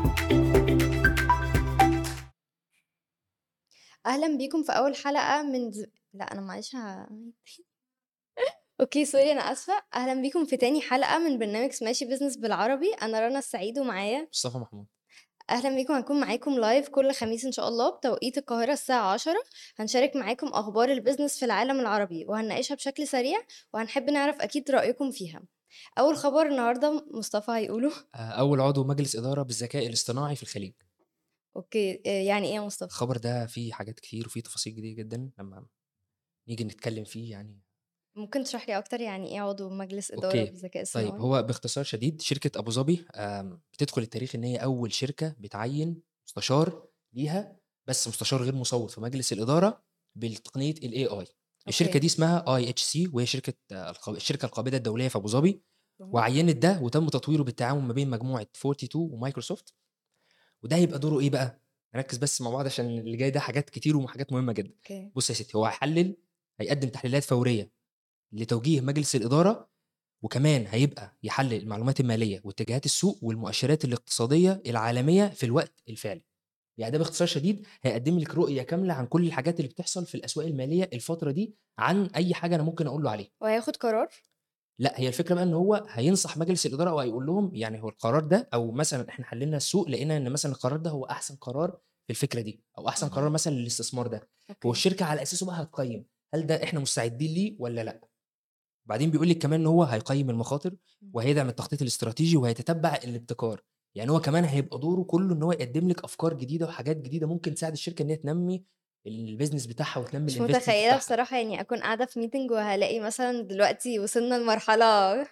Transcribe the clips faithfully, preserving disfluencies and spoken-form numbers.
أهلًا بيكم في أول حلقة من ز لأ أنا معلش ه أوكي سوري أنا آسفة، أهلًا بيكم في تاني حلقة من برنامج سماشي بيزنس بالعربي، أنا رنا السعيد ومعايا مصطفى محمود. أهلًا بيكم هنكون معاكم لايف كل خميس إن شاء الله بتوقيت القاهرة الساعة عشرة هنشارك معاكم أخبار البيزنس في العالم العربي وهنناقشها بشكل سريع وهنحب نعرف أكيد رأيكم فيها. أول خبر النهارده مصطفى هيقوله آآ أول عضو مجلس إدارة بالذكاء الاصطناعي في الخليج. أوكي آآ يعني إيه يا مصطفى؟ الخبر ده فيه حاجات كتير وفيه تفاصيل جديدة جدًا، لمّا نيجي نتكلم فيه يعني. ممكن تشرح لي أكتر يعني إيه عضو مجلس إدارة أوكي، بالذكاء طيب الصناعي؟ هو باختصار شديد شركة أبو ظبي آمم بتدخل التاريخ إن هي أول شركة بتعيّن مستشار ليها، بس مستشار غير مصوّت في مجلس الإدارة بالتقنية الAI. الشركة أوكي. دي اسمها آي إتش سي وهي شركة آه، الق الشركة القابضة الدولية في أبو ظبي، اهم. وعيّنت ده وتم تطويره بالتعاون ما بين مجموعة اتنين وأربعين ومايكروسوفت. وده هيبقى دوره إيه بقى؟ نركّز بس مع بعض عشان اللي جاي ده حاجات كتير وحاجات مهمة جدًا. أوكي. بُص يا ستّي، هو هيحلّل هيقدّم تحليلات فورية لتوجيه مجلس الإدارة، وكمان هيبقى يحلّل المعلومات المالية واتجاهات السوق والمؤشرات الاقتصادية العالمية في الوقت الفعلي. يعني ده باختصار شديد هيقدّم لِك رؤية كاملة عن كل الحاجات اللي بتحصل في الأسواق المالية الفترة دي، عن أي حاجة أنا ممكن أقول له عليها. وهياخد قرار؟ لأ، هي الفكرة بقى إن هو هينصح مجلس الإدارة أو هيقول لهم يعني هو القرار ده أو مثلًا إحنا حلّلنا السوق لقينا إن مثلًا القرار ده هو أحسن قرار في الفكرة دي، أو أحسن قرار اهم. مثلًا للاستثمار ده. هو أوكي. الشركة على أساسه بقى هتقيّم، هل ده إحنا مستعدين ليه والّا لأ؟ وبعدين بيقول لِك كمان إن هو هيقيّم المخاطر، إمم. وهيدعم التخطيط الاستراتيجي، وهيتتبع الابتكار. يعني هو كمان هيبقى دوره كلّه إن هو يقدّم لِك أفكار جديدة وحاجات جديدة ممكن تساعد الشركة إن هي تنمّي الbusiness بتاعها وتنمّي مش الinvestment متخيلة بتاعها. بصراحة يعني أكون قاعدة في meeting وهالاقي مثلًا دلوقتي وصلنا لمرحلة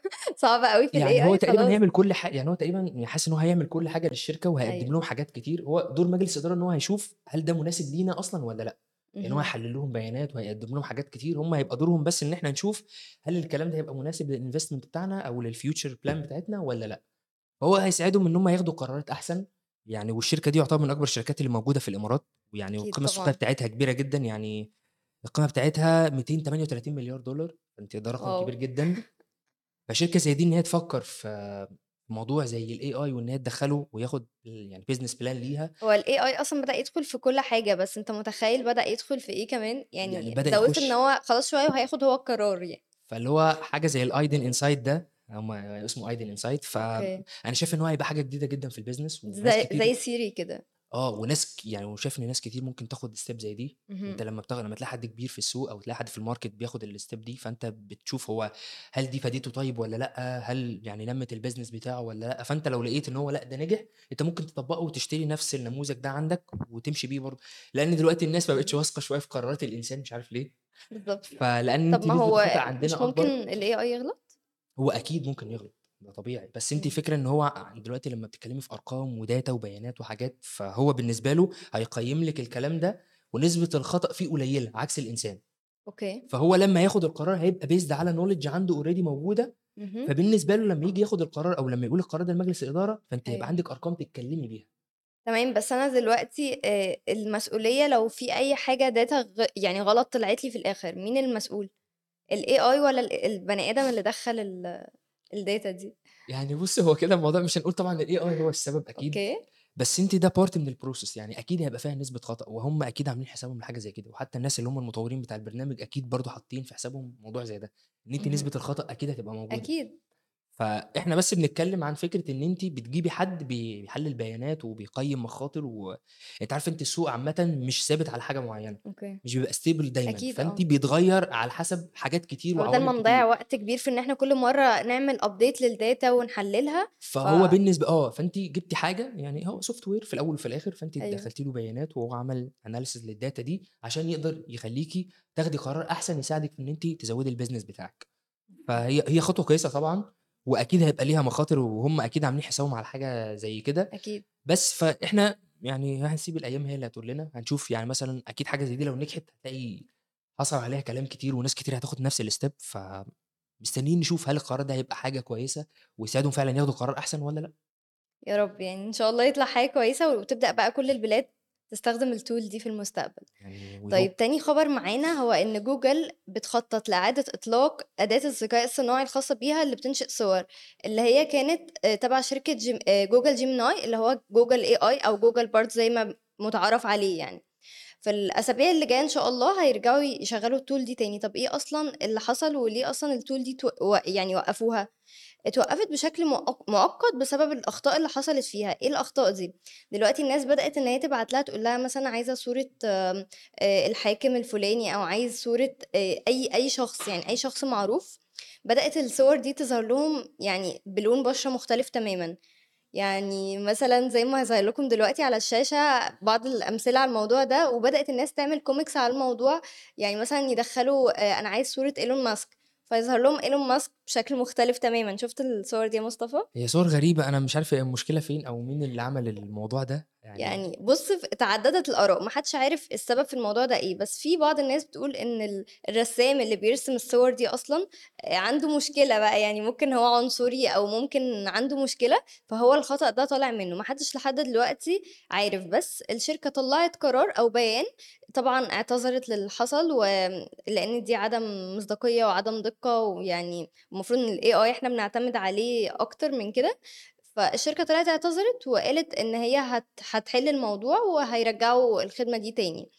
صعبة أوي في يعني هو الإيه آي تقريبًا خلاص. هيعمل كل ح يعني هو تقريبًا يعني حاسس إن هو هيعمل كل حاجة للشركة وهيقدّم أيوه. لهم حاجات كتير. هو دور مجلس الإدارة إن هو هيشوف هل ده مناسب لينا أصلًا والّا لأ. يعني هو اهم. هيحلّل لهم بيانات وهيقدّم لهم حاجات كتير، هم هيبقى دورهم بس إن إحنا نشوف هل الكلام ده هيبقى مناسب للinvestment بتاعنا أو للfuture plan بتاعتنا والّا لأ. فهو هيساعدهم إن هم ياخدوا قرارات أحسن. يعني والشركة دي يعتبر من أكبر الشركات اللي موجودة في الإمارات، ويعني أكيد والقيمة السوقية طبعًا. بتاعتها كبيرة جدًا. يعني القيمة بتاعتها مئتين وتمنية وتلاتين مليار دولار، فأنتِ ده رقم واو! كبير جدًا. فشركة زي دي إن هي تفكّر في موضوع زي الAI وإن هي تدخّله وياخد ال يعني business plan ليها. هو الإيه آي أصلًا بدأ يدخل في كل حاجة، بس أنت متخيل بدأ يدخل في إيه كمان؟ يعني يعني بدأ ده وصل إن يخُش. هو خلاص شوية وهياخد هو القرار يعني. فاللي هو حاجة زي الAiden Insight ده، هم اسمه Aiden Insight، أوكي. فأنا شايف إن هو هيبقى حاجة جديدة جدًا في الbusiness وناس زي زي كتير. سيري كده. آه، وناس ك يعني وشايف إن ناس كتير ممكن تاخد step زي دي. أنت اهم. لمّا بتاخ لمّا تلاقي حد كبير في السوق أو تلاقي حد في الmarket بياخد الstep دي، فأنت بتشوف هو هل دي فادته طيب والّا لأ، هل يعني نمِّت الbusiness بتاعه والّا لأ. فأنت لو لقيت إن هو لأ، ده نجح، أنت ممكن تطبّقه وتشتري نفس النموذج ده عندك وتمشي بيه برضه. لإن دلوقتي الناس ما بقتش واثقة شوية في قرارات الإنسان مش عارف ليه. بالضبط. فلإن طب أنتِ ما نسبة الخطأ هو مش عندنا ممكن أكبر. الإيه آي يغلط؟ هو أكيد ممكن يغلط، ده طبيعي. بس أنتِ إمم. الفكرة إن هو ع دلوقتي لمّا بتتكلمي في أرقام وdata وبيانات وحاجات، فهو بالنسبة له هيقيّم لِك الكلام ده ونسبة الخطأ فيه قليلة عكس الإنسان. أوكي. فهو لمّا ياخد القرار هيبقى based على knowledge عنده already موجودة. اهم. فبالنسبة له لمّا ييجي ياخد القرار أو لمّا يقول القرار ده لمجلس الإدارة، فأنتِ هيبقى أيوه. عندِك أرقام تتكلمي بيها. تمام، بس أنا دلوقتي آآ المسؤولية لو في أي حاجة data غ يعني غلط طلعت لي في الآخر، مين المسؤول؟ الإيه آي والّا ال البني آدم اللي دخّل ال الdata دي؟ يعني بُصّي، هو كده الموضوع مش هنقول طبعًا الAI هو السبب أكيد. أوكي. بس أنتِ ده part من الprocess، يعني أكيد هيبقى فيها نسبة خطأ، وهُم أكيد عاملين حسابهم لحاجة زي كده. وحتى الناس اللي هُم المطورين بتاع البرنامج أكيد برضه حاطين في حسابهم موضوع زي ده، إن أنتِ اهم. نسبة الخطأ أكيد هتبقى موجودة. أكيد. فإحنا بس بنتكلم عن فكرة إن أنتِ بتجيبي حد بي بيحلل بيانات وبيقيّم مخاطر. و أنتِ عارفة أنتِ السوق عامةً مش ثابت على حاجة معيّنة، أوكي. مش بيبقى stable دايمًا، أكيد فأنتِ آه. بيتغيّر على حسب حاجات كتير وبدل وعوامل ما نضيّع كتير. وقت كبير في إن إحنا كل مرّة نعمل update للdata ونحلّلها، ف فهو بالنسبة آه، فأنتِ جبتِ حاجة يعني هو software في الأول وفي الآخر، فأنتِ أيوه. دخّلتِ له بيانات وهو عمل analysis للdata دي عشان يقدر يخلّيكِ تاخدي قرار أحسن يساعدِك في إن أنتِ تزوّدي الbusiness بتاعِك. اهم. فهي هي خطوة كويسة طبعًا، وأكيد هيبقى ليها مخاطر وهُم أكيد عاملين حسابهم على حاجة زي كده. أكيد. بس فإحنا يعني هنسيب الأيام هي اللي هتقول لنا. هنشوف يعني مثلًا أكيد حاجة زي دي لو نجحت هتلاقي حصل عليها كلام كتير وناس كتير هتاخد نفس الstep. فمستنيين نشوف هل القرار ده هيبقى حاجة كويسة ويساعدهم فعلًا ياخدوا قرار أحسن والّا لأ. يا رب يعني إن شاء الله يطلع حاجة كويسة وتبدأ بقى كل البلاد تستخدم الtool دي في المستقبل. يعني we hope. طيب تاني خبر معانا هو إن جوجل بتخطط لإعادة إطلاق أداة الذكاء الصناعي الخاصة بيها اللي بتنشئ صور، اللي هي كانت آآ تبع شركة جيم آآ جوجل جيميناي اللي هو جوجل إيه آي أو جوجل بارد زي ما متعارف عليه يعني. في الأسابيع اللي جاية إن شاء الله هيرجعوا يشغّلوا الtool دي تاني. طب إيه أصلًا اللي حصل وليه أصلًا الtool دي تو و يعني وقّفوها؟ اتوقّفت بشكل مؤق مؤقت بسبب الأخطاء اللي حصلت فيها. إيه الأخطاء دي؟ دلوقتي الناس بدأت إن هي تبعت لها تقول لها مثلًا عايزة صورة آمم آآ الحاكم الفلاني أو عايز صورة آآ أي أي شخص، يعني أي شخص معروف، بدأت الصور دي تظهر لهم يعني بلون بشرة مختلف تمامًا. يعني مثلًا زي ما هيظهر لكم دلوقتي على الشاشة بعض الأمثلة على الموضوع ده، وبدأت الناس تعمل comics على الموضوع. يعني مثلًا يدخّلوا آآ أنا عايز صورة إيلون ماسك، فيظهر لهم إيلون ماسك بشكل مختلف تمامًا. شُفت الصور دي يا مصطفى؟ هي صور غريبة، أنا مش عارف هي المشكلة فين أو مين اللي عمل الموضوع ده، يعني يعني بُص ف تعددت الآراء، ما حدش عارف السبب في الموضوع ده إيه، بس في بعض الناس بتقول إن ال الرسام اللي بيرسم الصور دي أصلًا آآ عنده مشكلة بقى، يعني ممكن هو عنصري أو ممكن عنده مشكلة، فهو الخطأ ده طالع منه. ما حدش لحد دلوقتي عارف، بس الشركة طلّعت قرار أو بيان طبعًا اعتذرت للي حصل، وآمم لإن دي عدم مصداقية وعدم دقة، ويعني المفروض إن الإيه آي إحنا بنعتمد عليه أكتر من كده. فالشركة طلعت اعتذرت وقالت إن هي هت هتحل الموضوع وهيرجّعوا الخدمة دي تاني.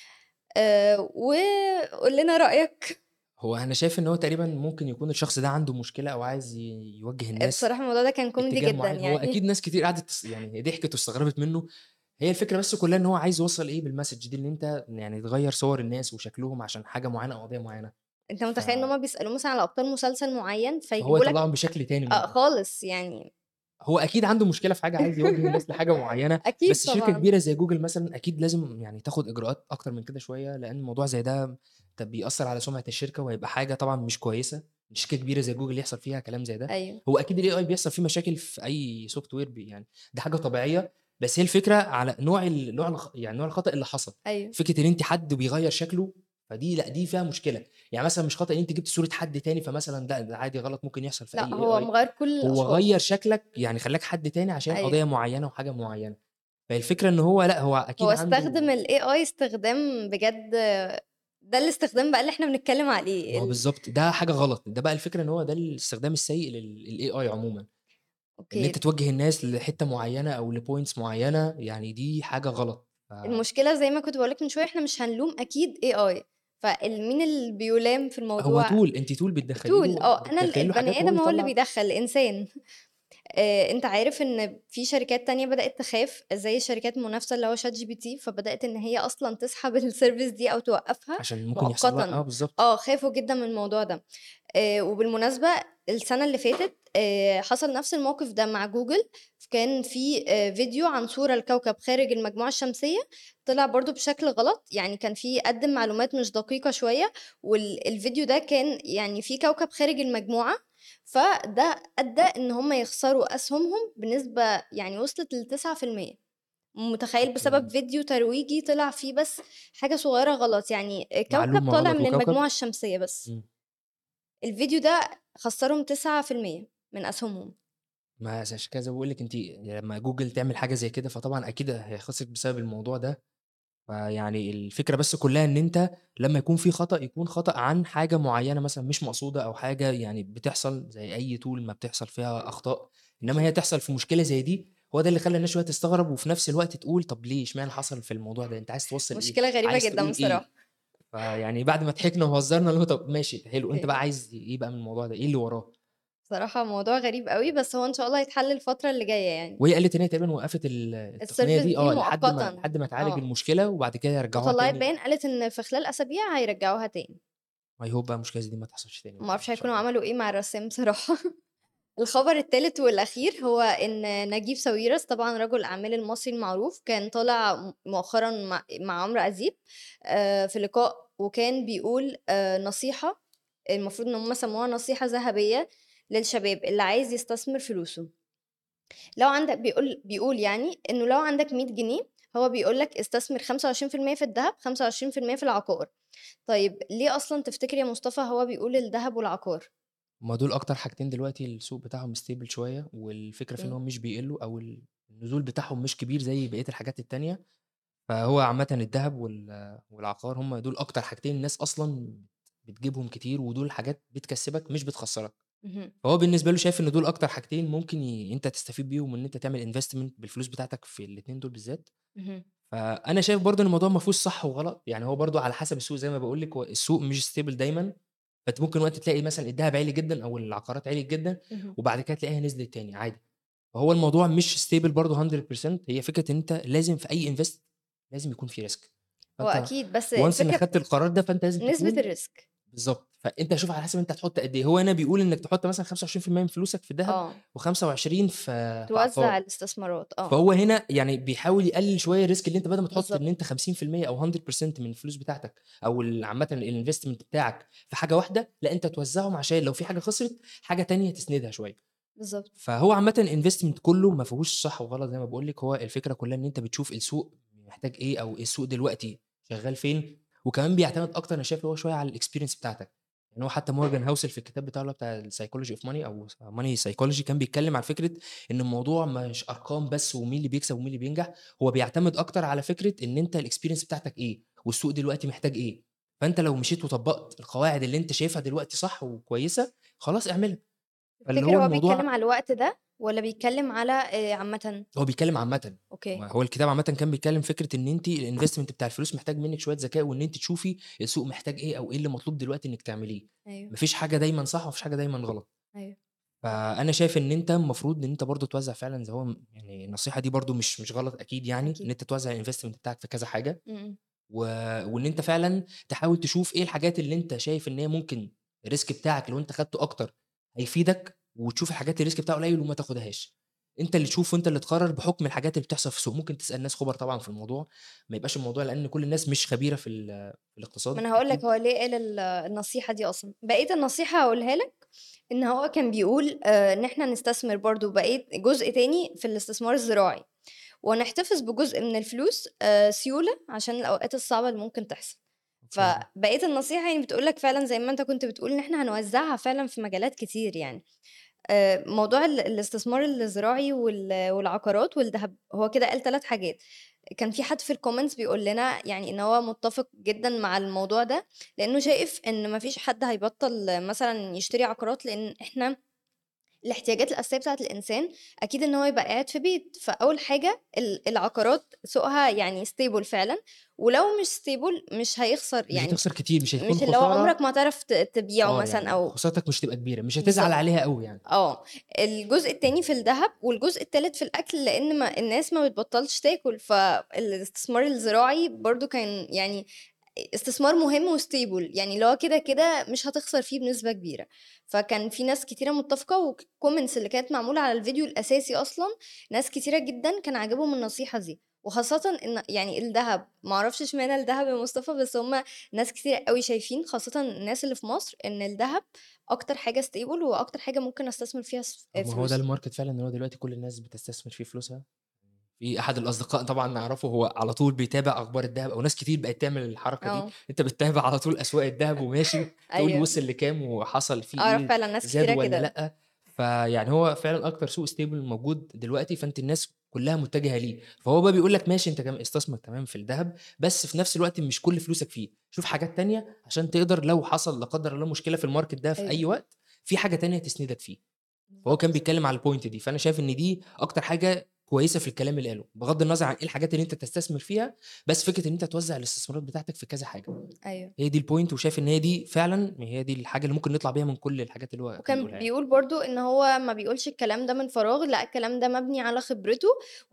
آآ وقُل لنا رأيك. هو أنا شايف إن هو تقريبًا ممكن يكون الشخص ده عنده مشكلة أو عايز ي يوجّه الناس بصراحة الموضوع ده كان كوميدي اتجاه جدًا معيّن، هو يعني. أكيد ناس كتير قعدت تس يعني ضحكت واستغربت منّه، هي الفكرة بس كلّها إن هو عايز يوصّل إيه بالmessage دي، إن أنت يعني تغيّر صور الناس وشكلهم عشان حاجة معيّنة أو قضية معيّنة، أنت ف متخيل إن هُم بيسألوه مثلًا على أبطال مسلسل معيّن فهو فيجيبوا لك يطلّعهم بشكل تاني آه ممكن. خالص يعني. هو أكيد عنده مشكلة في حاجة عايز يوجّه الناس لحاجة معيّنة، أكيد بس شركة طبعًا. كبيرة زي جوجل مثلًا أكيد لازم يعني تاخد إجراءات أكتر من كده شوية، لإن موضوع زي ده طَب بيأثّر على سمعة الشركة وهيبقى حاجة طبعًا مش كويسة، إن شركة كبيرة زي جوجل يحصل فيها كلام زي ده. أيوه. هو أكيد الAI بيحصل فيه مشاكل في أي software ب يعني دي حاجة طبيعية، بس هي الفكرة على نوع ال نوع الخ يعني نوع الخطأ اللي حصل. أيوه. فكرة إن أنتِ حد بيغيّر شكله، فدي لأ، دي فيها مشكلة. يعني مثلًا مش خطأ إن أنتِ جبتِ صورة حد تاني فمثلًا لأ، ده عادي غلط ممكن يحصل في لأ أي هو إيه آي. مغيّر كل هو غيّر الأشخاص. شكلك، يعني خلّاك حد تاني عشان أيوه. قضية معيّنة وحاجة معيّنة. فهي الفكرة إن هو لأ، هو أكيد هو استخدم عنده. الإيه آي استخدام بجد. ده الاستخدام بقى اللي إحنا بنتكلم ما عليه هو ال بالضبط، ده حاجة غلط، ده بقى الفكرة إن هو ده الاستخدام السيء لل للAI عمومًا، إن أنت أوكي. توجّه الناس لحتّة معيّنة أو لpoints معيّنة، يعني دي حاجة غلط. ف المشكلة زي ما كنت باقول لك من شوية إحنا مش هنلوم أكيد إيه آي. فال مين اللي بيُلام في هو الموضوع؟ tool، أنتِ tool بتدخّلي tool له آه، أنا ال بتدخّلي له حاجات البني وهو آدم هو اللي بيطلّع. بيدخّل، الإنسان. آآ أنت عارف إن في شركات تانية بدأت تخاف زي الشركات المنافسة اللي هو ChatGPT، فبدأت إن هي أصلًا تسحب الservice دي أو توقّفها عشان ممكن يحصل لها آه مؤقتًا. بالضبط. آه، خافوا جدًا من الموضوع ده. آآ وبالمناسبة السنة اللي فاتت آآ حصل نفس الموقف ده مع جوجل. كان في آآ فيديو عن صورة لكوكب خارج المجموعة الشمسية، طلع برضه بشكل غلط. يعني كان في قدّم معلومات مش دقيقة شوية، وال الفيديو ده كان يعني فيه كوكب خارج المجموعة، فده أدّى إن هم يخسروا أسهمهم بنسبة يعني وصلت لتسعة في المية. متخيّل بسبب يعني فيديو ترويجي طلع فيه بس حاجة صغيرة غلط، يعني كوكب معلومة طالع غلط من وكوكب. المجموعة الشمسية بس. إمم. الفيديو ده خسّرهم تسعة في المية من أسهمهم. ما عشان كده زي ما باقول لِك أنتِ لمّا جوجل تعمل حاجة زي كده، فطبعًا أكيد هيخسرِك بسبب الموضوع ده. فيعني الفكرة بس كلّها إن أنت لمّا يكون في خطأ، يكون خطأ عن حاجة معيّنة مثلًا مش مقصودة أو حاجة يعني بتحصل زي أي tool ما بتحصل فيها أخطاء، إنّما هي تحصل في مشكلة زي دي، هو ده اللي خلّى الناس شوية تستغرب وفي نفس الوقت تقول طَب ليه، اشمعنى حصل في الموضوع ده، أنت عايز توصّل إيه، مشكلة غريبة عايز جدًا تقول إيه؟ بصراحة. فيعني بعد ما ضحكنا وهزرنا اللي هو طَب ماشي حلو، أنت بقى أيوه. عايز إيه بقى من الموضوع ده، إيه اللي وراه؟ بصراحة موضوع غريب أوي، بس هو إن شاء الله هيتحل الفترة اللي جاية يعني. وهي قالت إن هي تقريبًا وقّفت ال التقنية الservice دي دي آه، لحد ما مؤقتًا. لحد ما تعالج آه. المشكلة وبعد كده يرجعوها وطلّعت تاني. بيان قالت إن في خلال أسابيع هيرجعوها تاني. I hope بقى المشكلة زي دي ما تحصلش تاني ما بقى أعرفش إن شاء هيكونوا الله. عملوا إيه مع الرسام بصراحة. الخبر التالت والأخير هو إن نجيب ساويرس طبعًا رجل الأعمال المصري المعروف، كان طالع م مؤخرًا مع مع عمرو أديب آآ في لقاء، وكان بيقول آآ نصيحة المفروض إن هم سموها نصيحة ذهبية للشباب اللي عايز يستثمر فلوسه. لو عندك بيقول بيقول يعني إنه لو عندك مية جنيه، هو بيقول لك استثمر خمسة وعشرين في المية في الدهب، خمسة وعشرين في المية في العقار. طيب ليه أصلًا تفتكر يا مصطفى هو بيقول الدهب والعقار؟ هُم دول أكتر حاجتين دلوقتي السوق بتاعهم stable شوية، والفكرة في أوكي. إنهم مش بيقلّوا أو ال النزول بتاعهم مش كبير زي بقية الحاجات التانية، فهو عامةً الدهب وال والعقار هم دول أكتر حاجتين الناس أصلًا بتجيبهم كتير، ودول حاجات بتكسبك مش بتخسرك. اهم. فهو بالنسبة له شايف إن دول أكتر حاجتين ممكن ي أنت تستفيد بيهم، وإن أنت تعمل investment بالفلوس بتاعتك في الاتنين دول بالذات. اهم. فأنا شايف برضه إن الموضوع ما فيهوش صح وغلط، يعني هو برضه على حسب السوق زي ما باقول لِك، هو السوق مش stable دايمًا، فأنتِ ممكن وقت تلاقي مثلًا الدهب عِلي جدًا أو العقارات عِليت جدًا، اهم. وبعد كده تلاقيها نزلت تاني عادي. فهو الموضوع مش stable برضه مية في المية، هي فكرة إن أنت لازم في أي invest لازم يكون في risk. هو فأنت أكيد، بس once إنك الفكرة خدت القرار ده، فأنت لازم في نسبة تكون الrisk. بالضبط. فأنت شوف على حسب أنت هتحط قد إيه، هو هنا بيقول إنك تحط مثلًا خمسة وعشرين في المية من فلوسك في دهب، آه. و25 في في توزّع عقار. الاستثمارات، آه. فهو هنا يعني بيحاول يقلل شوية الrisk اللي أنت بدل ما تحط إن بالضبط. أنت خمسين في المية أو مية في المية من الفلوس بتاعتك أو ال عامةً الinvestment بتاعك في حاجة واحدة، لأ أنت توزّعهم عشان لو في حاجة خسرت، حاجة تانية تسندها شوية. بالضبط. فهو عامةً الinvestment كلّه ما فيهوش صح وغلط زي ما باقول لِك، هو الفكرة كلّها إن أنت بتشوف السوق محتاج إيه أو السوق دلوقتي شغّال فين، وكمان بيعتمد أكتر أنا شايف اللي هو شوية على الexperience بتاعتك. يعني هو حتى مورجان هاوسل في الكتاب بتاعه اللي هو بتاع الpsychology of money أو money psychology كان بيتكلّم عن فكرة إن الموضوع مش أرقام بس ومين اللي بيكسب ومين اللي بينجح، هو بيعتمد أكتر على فكرة إن أنت الexperience بتاعتك إيه، والسوق دلوقتي محتاج إيه. فأنت لو مشيت وطبّقت القواعد اللي أنت شايفها دلوقتي صح وكويسة، خلاص اعملها. فاللي تفتكر هو هو بيتكلّم الموضوع على الوقت ده والّا بيتكلّم على آآ عامةً؟ هو بيتكلم عامةً، أوكي. ما هو الكتاب عامةً كان بيتكلم فكرة إن أنتِ الinvestment بتاع الفلوس محتاج منِّك شوية ذكاء، وإن أنتِ تشوفي السوق محتاج إيه أو إيه اللي مطلوب دلوقتي إنِّك تعمليه. أيوه. ما فيش حاجة دايمًا صح وما فيش حاجة دايمًا غلط. أيوه. فأنا شايف إن أنت المفروض إن أنت برضه توزّع فعلًا زي هو م يعني النصيحة دي برضه مش مش غلط أكيد يعني، إن أكيد. أنت توزّع الinvestment بتاعك في كذا حاجة، إمم. إمم. و وإن أنت فعلًا تحاول تشوف إيه الحاجات اللي أنت شايف إن هي ممكن الrisk بتاعك لو أنت خدته أكتر هيفيدك، وتشوف الحاجات اللي الrisk بتاعها قليل وما تاخدهاش. أنت اللي تشوف وأنت اللي تقرر بحكم الحاجات اللي بتحصل في السوق. ممكن تسأل ناس خبرا طبعًا في الموضوع، ما يبقاش الموضوع لأن كل الناس مش خبيرة في ال في ما الاقتصاد أنا هاقول لك أكيد. هو ليه قال ال النصيحة دي أصلًا. بقية النصيحة هاقولها لك، إن هو كان بيقول آآ إن إحنا نستثمر برضه بقية جزء تاني في الاستثمار الزراعي، ونحتفظ بجزء من الفلوس آآ سيولة عشان الأوقات الصعبة اللي ممكن تحصل. أوكي. فبقية النصيحة يعني بتقول لك فعلًا زي ما أنت كنت بتقول إن إحنا هنوزّعها فعلًا في مجالات كتير يعني. آآ موضوع ال الاستثمار الزراعي وال والعقارات والدهب، هو كده قال ثلاث حاجات. كان في حد في الcomments بيقول لنا يعني إن هو متّفق جدًا مع الموضوع ده، لإنه شايف إن ما فيش حد هيبطّل مثلًا يشتري عقارات، لإن إحنا الاحتياجات الأساسية بتاعة الإنسان أكيد إن هو يبقى قاعد في بيت، فأول حاجة ال العقارات سوقها يعني stable فعلًا، ولو مش stable مش هيخسر مش يعني هتخسر كتير، مش هيكون مش اللي هو عمرك خسارة. ما هتعرف ت تبيعه آه، مثلًا يعني أو خسارتك مش هتبقى كبيرة، مش هتزعل بالضبط. عليها أوي يعني. آه، الجزء التاني في الدهب، والجزء التالت في الأكل، لإن ما الناس ما بتبطّلش تاكل، فالاستثمار الزراعي برضه كان يعني استثمار مهم وstable يعني اللي هو كده، كده مش هتخسر فيه بنسبة كبيرة. فكان في ناس كتيرة متّفقة والcomments اللي كانت معمولة على الفيديو الأساسي أصلًا، ناس كتيرة جدًا كان عاجبهم النصيحة دي، وخاصةً إن يعني الدهب، ما أعرفش اشمعنى الدهب يا مصطفى، بس هُم ناس كتيرة أوي شايفين خاصةً الناس اللي في مصر إن الدهب أكتر حاجة stable وأكتر حاجة ممكن أستثمر فيها س طب ما هو ده فلوسي. الmarket فعلًا إن هو دلوقتي كل الناس بتستثمر فيه فلوسها. في أحد الأصدقاء طبعًا نعرفه هو على طول بيتابع أخبار الدهب أو ناس كتير بقت تعمل الحركة دي. آه. أنت بتتابع على طول أسواق الدهب وماشي تقول أيوه. وصل لكام وحصل فيه أعرف إيه، فعلًا ناس زاد كتيرة والّا كده. لأ. فيعني هو فعلًا أكتر سوق stable موجود دلوقتي، فأنتِ الناس كلّها متجهة ليه. فهو بقى بيقول لك ماشي أنت كم استثمر تمام في الدهب، بس في نفس الوقت مش كل فلوسك فيه، شوف حاجات تانية عشان تقدر لو حصل لا قدر الله مشكلة في الmarket ده في أيوه. أي وقت، في حاجة تانية تسندك فيه. فهو كان بالضبط. بيتكلم على الpoint دي، فأنا شايف إن دي أكتر حاجة كويسة في الكلام اللي قاله، بغض النظر عن إيه الحاجات اللي أنت تستثمر فيها، بس فكرة إن أنت توزّع الاستثمارات بتاعتك في كذا حاجة، أيوه. هي دي الpoint وشايف إن هي دي فعلًا هي دي الحاجة اللي ممكن نطلع بيها من كل الحاجات اللي هو كان وكان بيقولها يعني. بيقول برضه إن هو ما بيقولش الكلام ده من فراغ، لأ الكلام ده مبني على خبرته،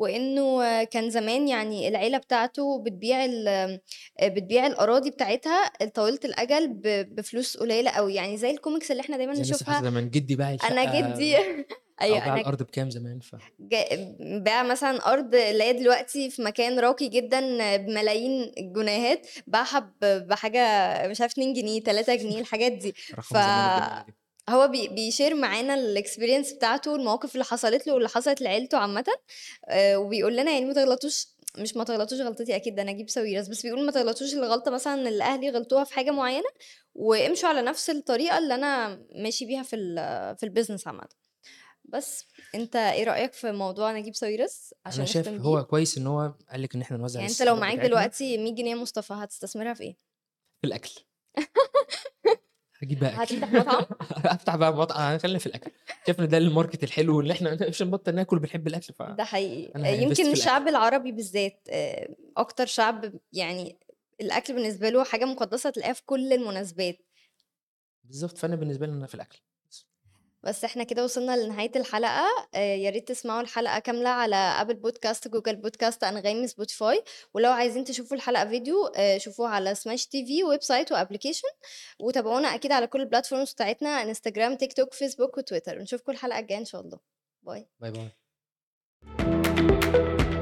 وإنه كان زمان يعني العيلة بتاعته بتبيع ال آآ بتبيع الأراضي بتاعتها طويلة الأجل ب بفلوس قليلة أوي، يعني زي الcomics اللي إحنا دايمًا زي الناس اللي حصل نشوفها. زمان، جدي باع أنا جدي الشقة أيوه أو باع أنا الأرض بكام زمان ف ج باع مثلًا أرض اللي هي دلوقتي في مكان راقي جدًا بملايين الجنيهات، باعها ب بحاجة مش عارفة اتنين جنيه، تلاتة جنيه الحاجات دي. أرقام زمان الجميلة دي. فهو بي بيshare معانا الexperience بتاعته، المواقف اللي حصلت له واللي حصلت لعيلته عامةً، آآ وبيقول لنا يعني ما تغلطوش، مش ما تغلطوش غلطتي أكيد ده نجيب ساويرس، بس بيقول ما تغلطوش الغلطة مثلًا اللي أهلي غلطوها في حاجة معيّنة، وامشوا على نفس الطريقة اللي أنا ماشي بيها في ال في الbusiness عامةً. بس أنت إيه رأيك في موضوع نجيب ساويرس أنا عشان شايف نختم بيه؟ هو كويس إن هو قال لِك إن إحنا نوزّع يعني أنت لو الاستثمارات معاك بتاعتنا دلوقتي مية جنيه يا مصطفى هتستثمرها في إيه؟ في الأكل. هاجيب بقى أكل. هتفتح مطعم؟ هافتح بقى مطعم، خلّينا في الأكل. شايف إن ده الmarket الحلو اللي إحنا مش هنبطّل ناكل وبنحب الأكل، ده حقيقي. فأنا هinvest يمكن في الأكل. الشعب العربي بالذات آآ أكتر شعب يعني الأكل بالنسبة له حاجة مقدسة تلاقيها في كل المناسبات. بالضبط، فأنا بالنسبة لي أنا في الأكل. بس. بس إحنا كده وصلنا لنهاية الحلقة. آآ يا ريت تسمعوا الحلقة كاملة على أبل بودكاست، جوجل بودكاست، أنغامي، سبوتيفاي. ولو عايزين تشوفوا الحلقة فيديو آآ شوفوها على سماش تي في ويب سايت وapplication. وتابعونا أكيد على كل الplatforms بتاعتنا إنستجرام، تيك توك، فيسبوك، وتويتر. نشوفكم الحلقة الجاية إن شاء الله. باي. باي، باي.